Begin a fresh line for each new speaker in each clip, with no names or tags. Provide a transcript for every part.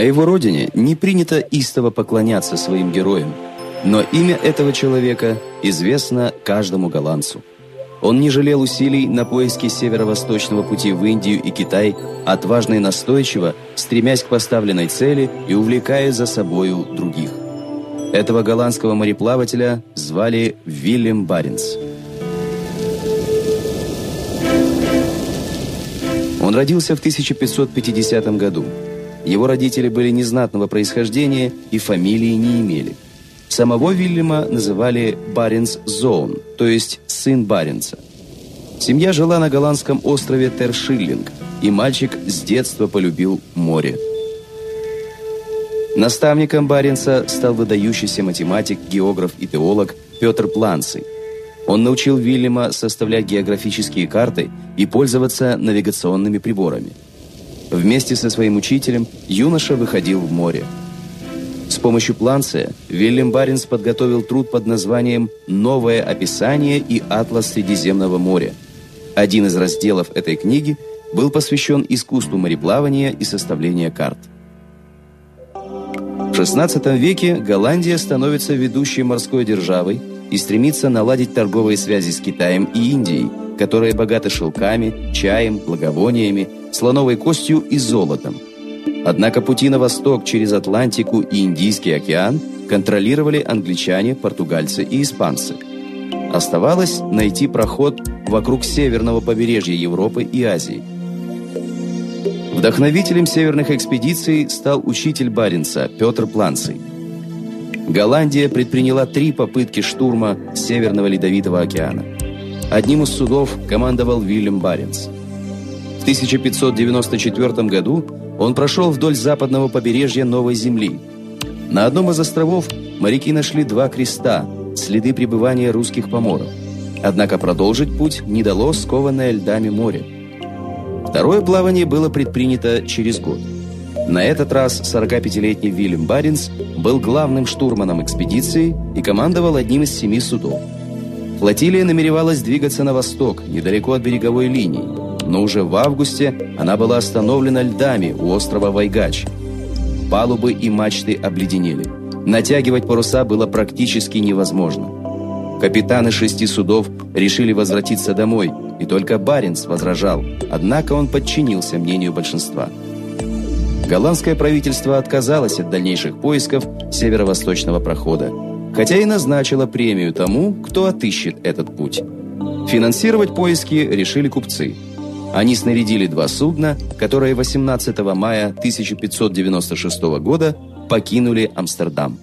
его родине не принято истово поклоняться своим героям, но имя этого человека известно каждому голландцу. Он не жалел усилий на поиски северо-восточного пути в Индию и Китай, отважно и настойчиво, стремясь к поставленной цели и увлекая за собою других. Этого голландского мореплавателя звали Вильям Баренц. Он родился в 1550 году. Его родители были незнатного происхождения и фамилии не имели. Самого Вильяма называли Баренц-Зоон, то есть сын Баренца. Семья жила на голландском острове Тершиллинг, и мальчик с детства полюбил море. Наставником Баренца стал выдающийся математик, географ и теолог Петр Планций. Он научил Вильяма составлять географические карты и пользоваться навигационными приборами. Вместе со своим учителем юноша выходил в море. С помощью Планция Вильям Баренц подготовил труд под названием «Новое описание и атлас Средиземного моря». Один из разделов этой книги был посвящен искусству мореплавания и составления карт. В XVI веке Голландия становится ведущей морской державой и стремится наладить торговые связи с Китаем и Индией, которые богаты шелками, чаем, благовониями, слоновой костью и золотом. Однако пути на восток через Атлантику и Индийский океан контролировали англичане, португальцы и испанцы. Оставалось найти проход вокруг северного побережья Европы и Азии. Вдохновителем северных экспедиций стал учитель Баренца Петр Планций. Голландия предприняла 3 попытки штурма Северного Ледовитого океана. Одним из судов командовал Вильям Баренц. В 1594 году он прошел вдоль западного побережья Новой Земли. На одном из островов моряки нашли 2 креста, следы пребывания русских поморов. Однако продолжить путь не дало скованное льдами море. Второе плавание было предпринято через год. На этот раз 45-летний Вильям Баренц был главным штурманом экспедиции и командовал одним из 7 судов. Флотилия намеревалась двигаться на восток, недалеко от береговой линии, но уже в августе она была остановлена льдами у острова Вайгач. Палубы и мачты обледенели. Натягивать паруса было практически невозможно. Капитаны 6 судов решили возвратиться домой, и только Баренц возражал, однако он подчинился мнению большинства. Голландское правительство отказалось от дальнейших поисков северо-восточного прохода, хотя и назначило премию тому, кто отыщет этот путь. Финансировать поиски решили купцы. Они снарядили 2 судна, которые 18 мая 1596 года покинули Амстердам.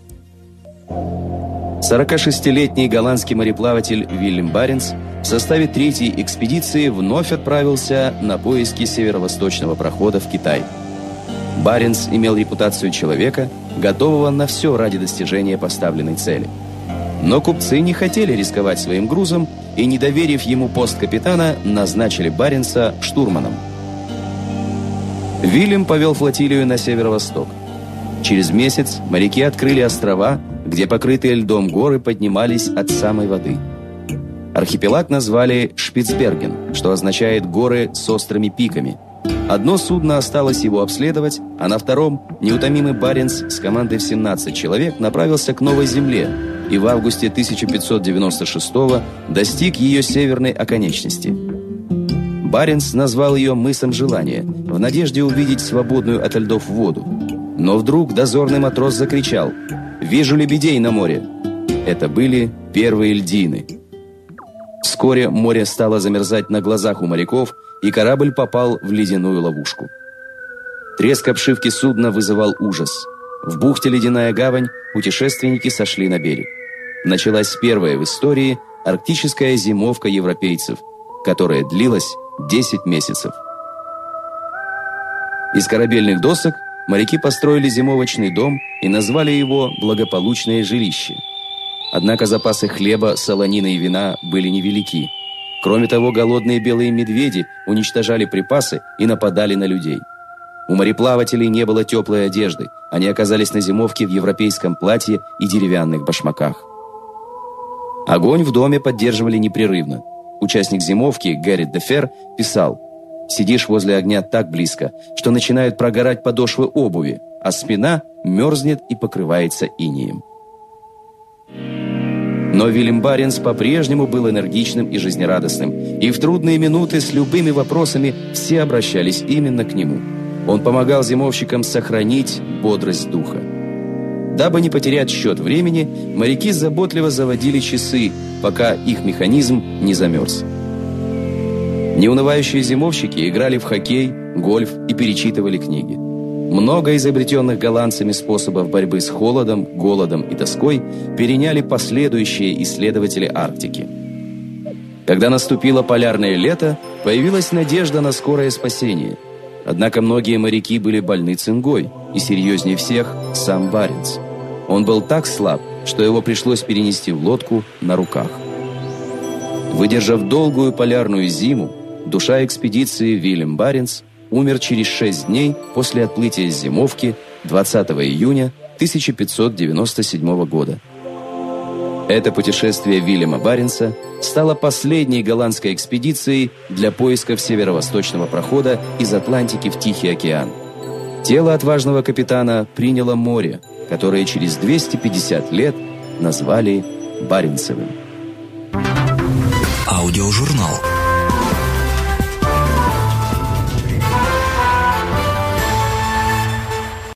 46-летний голландский мореплаватель Вильям Баренц в составе 3-й экспедиции вновь отправился на поиски северо-восточного прохода в Китай. Баренц имел репутацию человека, готового на все ради достижения поставленной цели. Но купцы не хотели рисковать своим грузом и, не доверив ему пост капитана, назначили Баренца штурманом. Вильям повел флотилию на северо-восток. Через месяц моряки открыли острова, где покрытые льдом горы поднимались от самой воды. Архипелаг назвали Шпицберген, что означает «горы с острыми пиками». Одно судно осталось его обследовать, а на втором неутомимый Баренц с командой в 17 человек направился к Новой Земле и в августе 1596 достиг ее северной оконечности. Баренц назвал ее мысом желания, в надежде увидеть свободную ото льдов воду. Но вдруг дозорный матрос закричал: «Вижу лебедей на море!» Это были первые льдины. Вскоре море стало замерзать на глазах у моряков, и корабль попал в ледяную ловушку. Треск обшивки судна вызывал ужас. В бухте Ледяная гавань путешественники сошли на берег. Началась первая в истории арктическая зимовка европейцев, которая длилась 10 месяцев. Из корабельных досок моряки построили зимовочный дом и назвали его «Благополучное жилище». Однако запасы хлеба, солонины и вина были невелики. Кроме того, голодные белые медведи уничтожали припасы и нападали на людей. У мореплавателей не было теплой одежды, они оказались на зимовке в европейском платье и деревянных башмаках. Огонь в доме поддерживали непрерывно. Участник зимовки Геррит де Фер писал: «Сидишь возле огня так близко, что начинают прогорать подошвы обуви, а спина мерзнет и покрывается инеем. Но Вильям Баренц по-прежнему был энергичным и жизнерадостным, и в трудные минуты с любыми вопросами все обращались именно к нему. Он помогал зимовщикам сохранить бодрость духа. Дабы не потерять счет времени, моряки заботливо заводили часы, пока их механизм не замерз. Неунывающие зимовщики играли в хоккей, гольф и перечитывали книги. Много изобретенных голландцами способов борьбы с холодом, голодом и тоской переняли последующие исследователи Арктики. Когда наступило полярное лето, появилась надежда на скорое спасение. Однако многие моряки были больны цингой, и серьезнее всех сам Баренц. Он был так слаб, что его пришлось перенести в лодку на руках. Выдержав долгую полярную зиму, душа экспедиции Вильям Баренц умер через 6 дней после отплытия с зимовки 20 июня 1597 года. Это путешествие Вильяма Баренца стало последней голландской экспедицией для поисков северо-восточного прохода из Атлантики в Тихий океан. Тело отважного капитана приняло море, которое через 250 лет назвали Баренцевым.
Аудиожурнал.